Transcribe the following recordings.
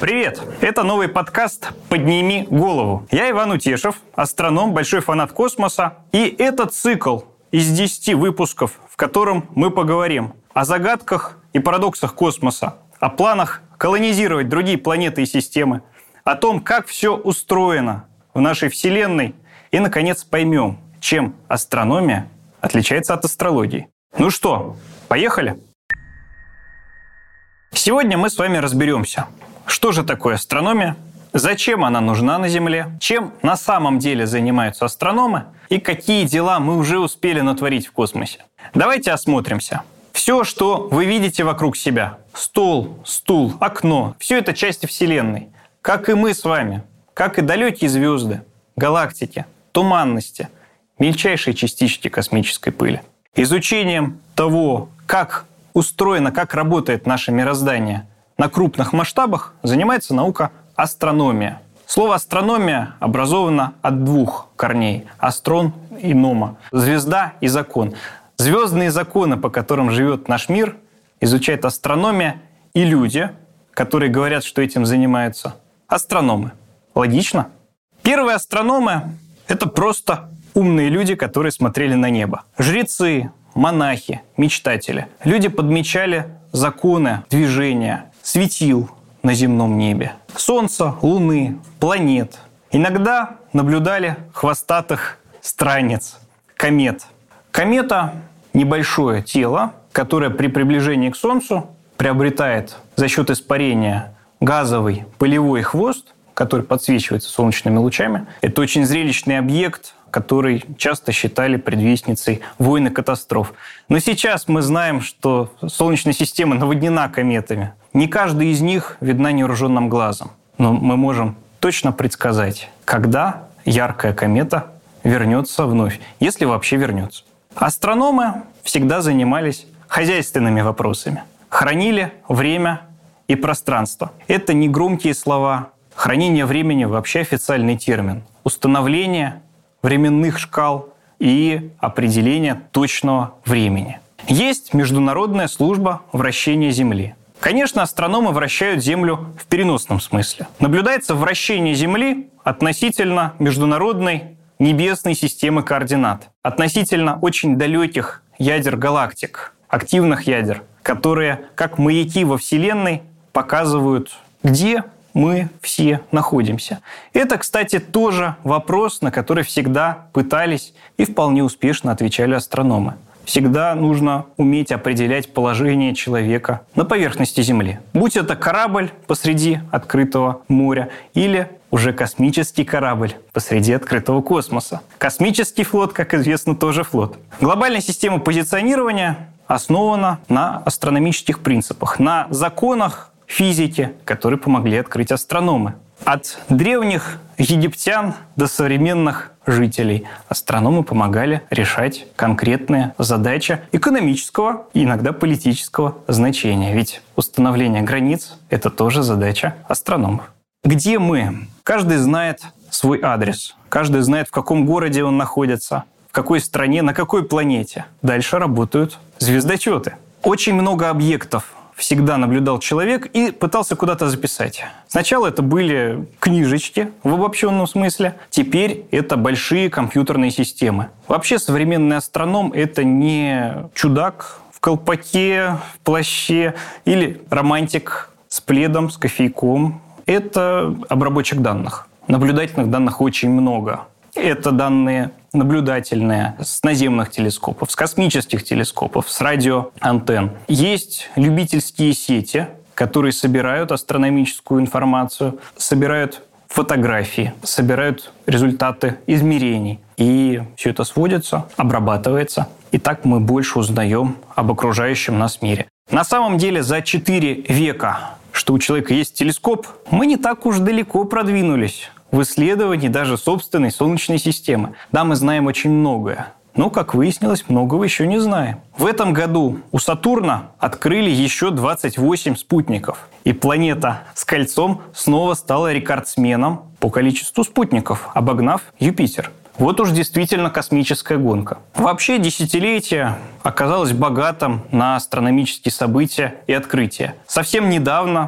Привет! Это новый подкаст «Подними голову». Я Иван Утешев, астроном, большой фанат космоса. И это цикл из 10 выпусков, в котором мы поговорим о загадках и парадоксах космоса, о планах колонизировать другие планеты и системы, о том, как все устроено в нашей Вселенной, и, наконец, поймем, чем астрономия отличается от астрологии. Ну что, поехали? Сегодня мы с вами разберемся, что же такое астрономия, зачем она нужна на Земле, чем на самом деле занимаются астрономы и какие дела мы уже успели натворить в космосе. Давайте осмотримся. Все, что вы видите вокруг себя – стол, стул, окно – все это части Вселенной. Как и мы с вами, как и далекие звезды, галактики, туманности, мельчайшие частички космической пыли. Изучением того, как устроено, как работает наше мироздание на крупных масштабах, занимается наука астрономия. Слово «астрономия» образовано от двух корней – астрон и нома, звезда и закон. Звездные законы, по которым живет наш мир, изучает астрономия, и люди, которые говорят, что этим занимаются, астрономы. Логично? Первые астрономы – это просто умные люди, которые смотрели на небо. Жрецы, монахи, мечтатели. Люди подмечали законы движения светил на земном небе, Солнца, Луны, планет. Иногда наблюдали хвостатых странниц, комет. Комета – небольшое тело, которое при приближении к Солнцу приобретает за счет испарения газовый пылевой хвост, который подсвечивается солнечными лучами. Это очень зрелищный объект, который часто считали предвестницей войн и катастроф. Но сейчас мы знаем, что Солнечная система наводнена кометами. Не каждая из них видна невооруженным глазом. Но мы можем точно предсказать, когда яркая комета вернется вновь, если вообще вернется. Астрономы всегда занимались хозяйственными вопросами. Хранили время и пространство. Это не громкие слова. Хранение времени – вообще официальный термин. Установление временных шкал и определение точного времени. Есть Международная служба вращения Земли. Конечно, астрономы вращают Землю в переносном смысле. Наблюдается вращение Земли относительно международной небесной системы координат, относительно очень далеких ядер галактик, активных ядер, которые, как маяки во Вселенной, показывают, где мы все находимся. Это, кстати, тоже вопрос, на который всегда пытались и вполне успешно отвечали астрономы. Всегда нужно уметь определять положение человека на поверхности Земли. Будь это корабль посреди открытого моря или уже космический корабль посреди открытого космоса. Космический флот, как известно, тоже флот. Глобальная система позиционирования основана на астрономических принципах, на законах физики, которые помогли открыть астрономы. От древних египтян до современных жителей астрономы помогали решать конкретные задачи экономического и иногда политического значения. Ведь установление границ – это тоже задача астрономов. Где мы? Каждый знает свой адрес. Каждый знает, в каком городе он находится, в какой стране, на какой планете. Дальше работают звездочеты. Очень много объектов всегда наблюдал человек и пытался куда-то записать. Сначала это были книжечки в обобщенном смысле, теперь это большие компьютерные системы. Вообще современный астроном – это не чудак в колпаке, в плаще или романтик с пледом, с кофейком. Это обработчик данных. Наблюдательных данных очень много. Это данные наблюдательные с наземных телескопов, с космических телескопов, с радиоантенн. Есть любительские сети, которые собирают астрономическую информацию, собирают фотографии, собирают результаты измерений. И все это сводится, обрабатывается. И так мы больше узнаем об окружающем нас мире. На самом деле за 4 века, что у человека есть телескоп, мы не так уж далеко продвинулись в исследовании даже собственной Солнечной системы. Да, мы знаем очень многое, но, как выяснилось, многого еще не знаем. В этом году у Сатурна открыли еще 28 спутников. И планета с кольцом снова стала рекордсменом по количеству спутников, обогнав Юпитер. Вот уж действительно космическая гонка. Вообще десятилетие оказалось богатым на астрономические события и открытия. Совсем недавно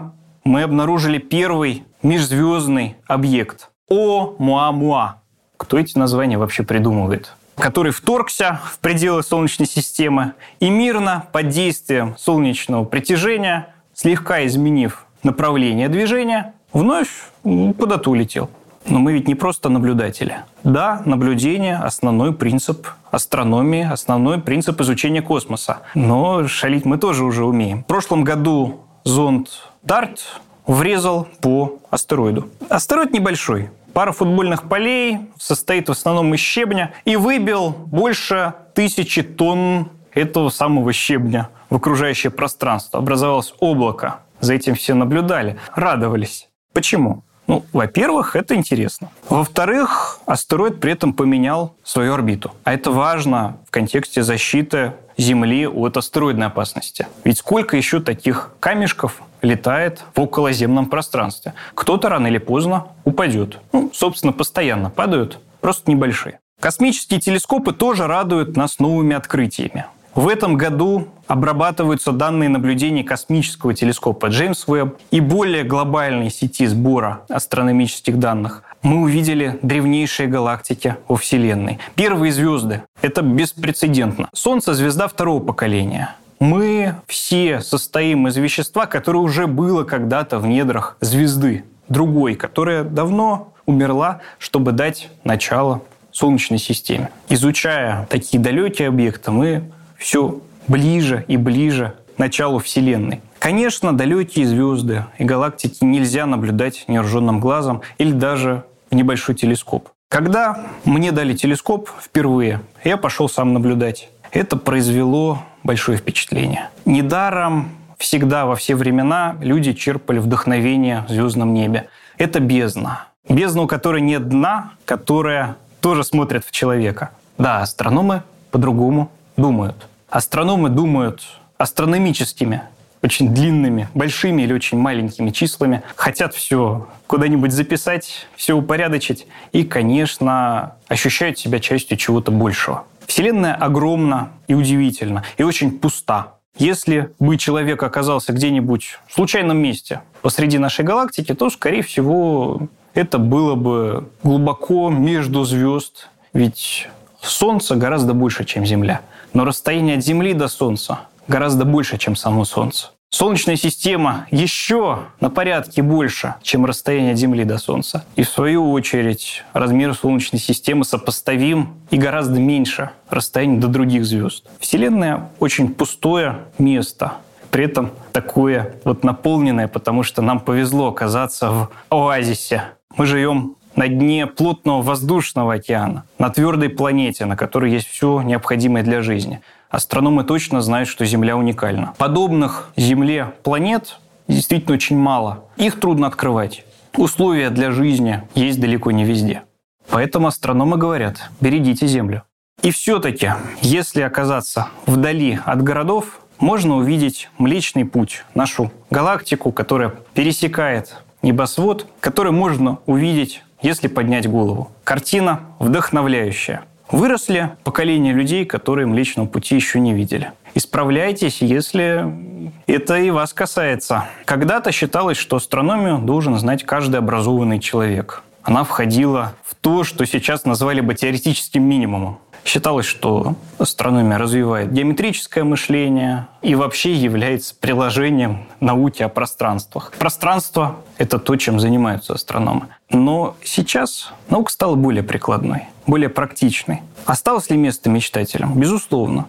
мы обнаружили первый межзвездный объект – Оumuamua. Кто эти названия вообще придумывает? Который вторгся в пределы Солнечной системы и мирно под действием солнечного притяжения, слегка изменив направление движения, вновь куда-то улетел. Но мы ведь не просто наблюдатели. Да, наблюдение – основной принцип астрономии, основной принцип изучения космоса. Но шалить мы тоже уже умеем. В прошлом году зонд DART врезал по астероиду. Астероид небольшой. Пара футбольных полей, состоит в основном из щебня, и выбил больше 1000 тонн этого самого щебня в окружающее пространство. Образовалось облако. За этим все наблюдали, радовались. Почему? Во-первых, это интересно. Во-вторых, астероид при этом поменял свою орбиту. А это важно в контексте защиты Земли от астероидной опасности. Ведь сколько еще таких камешков летает в околоземном пространстве? Кто-то рано или поздно упадет. Собственно, постоянно падают, просто небольшие. Космические телескопы тоже радуют нас новыми открытиями. В этом году обрабатываются данные наблюдений космического телескопа Джеймс Уэбб и более глобальной сети сбора астрономических данных. Мы увидели древнейшие галактики во Вселенной. Первые звезды. Это беспрецедентно. Солнце – звезда второго поколения. Мы все состоим из вещества, которое уже было когда-то в недрах звезды другой, которая давно умерла, чтобы дать начало Солнечной системе. Изучая такие далекие объекты, мы все ближе и ближе к началу Вселенной. Конечно, далекие звезды и галактики нельзя наблюдать невооруженным глазом или даже в небольшой телескоп. Когда мне дали телескоп впервые, я пошел сам наблюдать. Это произвело большое впечатление. Недаром всегда, во все времена, люди черпали вдохновение в звездном небе. Это бездна. Бездна, у которой нет дна, которая тоже смотрит в человека. Да, астрономы по-другому думают. Астрономы думают астрономическими, очень длинными, большими или очень маленькими числами. Хотят все куда-нибудь записать, все упорядочить. И, конечно, ощущают себя частью чего-то большего. Вселенная огромна и удивительна, и очень пуста. Если бы человек оказался где-нибудь в случайном месте посреди нашей галактики, то, скорее всего, это было бы глубоко между звезд. Ведь Солнце гораздо больше, чем Земля. Но расстояние от Земли до Солнца гораздо больше, чем само Солнце. Солнечная система еще на порядке больше, чем расстояние от Земли до Солнца. И в свою очередь размер Солнечной системы сопоставим и гораздо меньше расстояния до других звезд. Вселенная очень пустое место, при этом такое наполненное, потому что нам повезло оказаться в оазисе. Мы живем на дне плотного воздушного океана, на твердой планете, на которой есть все необходимое для жизни. Астрономы точно знают, что Земля уникальна. Подобных Земле планет действительно очень мало. Их трудно открывать. Условия для жизни есть далеко не везде. Поэтому астрономы говорят: берегите Землю. И все-таки, если оказаться вдали от городов, можно увидеть Млечный Путь, нашу галактику, которая пересекает небосвод, который можно увидеть, если поднять голову. Картина вдохновляющая. Выросли поколения людей, которые Млечного Пути еще не видели. Исправляйтесь, если это и вас касается. Когда-то считалось, что астрономию должен знать каждый образованный человек. Она входила в то, что сейчас назвали бы теоретическим минимумом. Считалось, что астрономия развивает геометрическое мышление и вообще является приложением науки о пространствах. Пространство – это то, чем занимаются астрономы. Но сейчас наука стала более прикладной, более практичной. Осталось ли место мечтателям? Безусловно.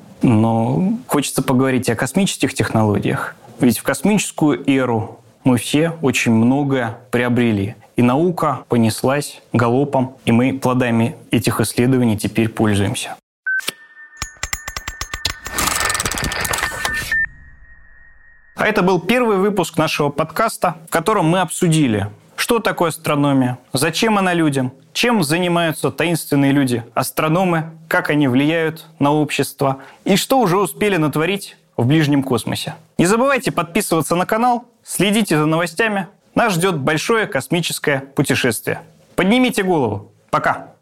Но хочется поговорить о космических технологиях. Ведь в космическую эру мы все очень многое приобрели. И наука понеслась галопом, и мы плодами этих исследований теперь пользуемся. А это был первый выпуск нашего подкаста, в котором мы обсудили, что такое астрономия, зачем она людям, чем занимаются таинственные люди-астрономы, как они влияют на общество и что уже успели натворить в ближнем космосе. Не забывайте подписываться на канал, следите за новостями. Нас ждет большое космическое путешествие. Поднимите голову. Пока!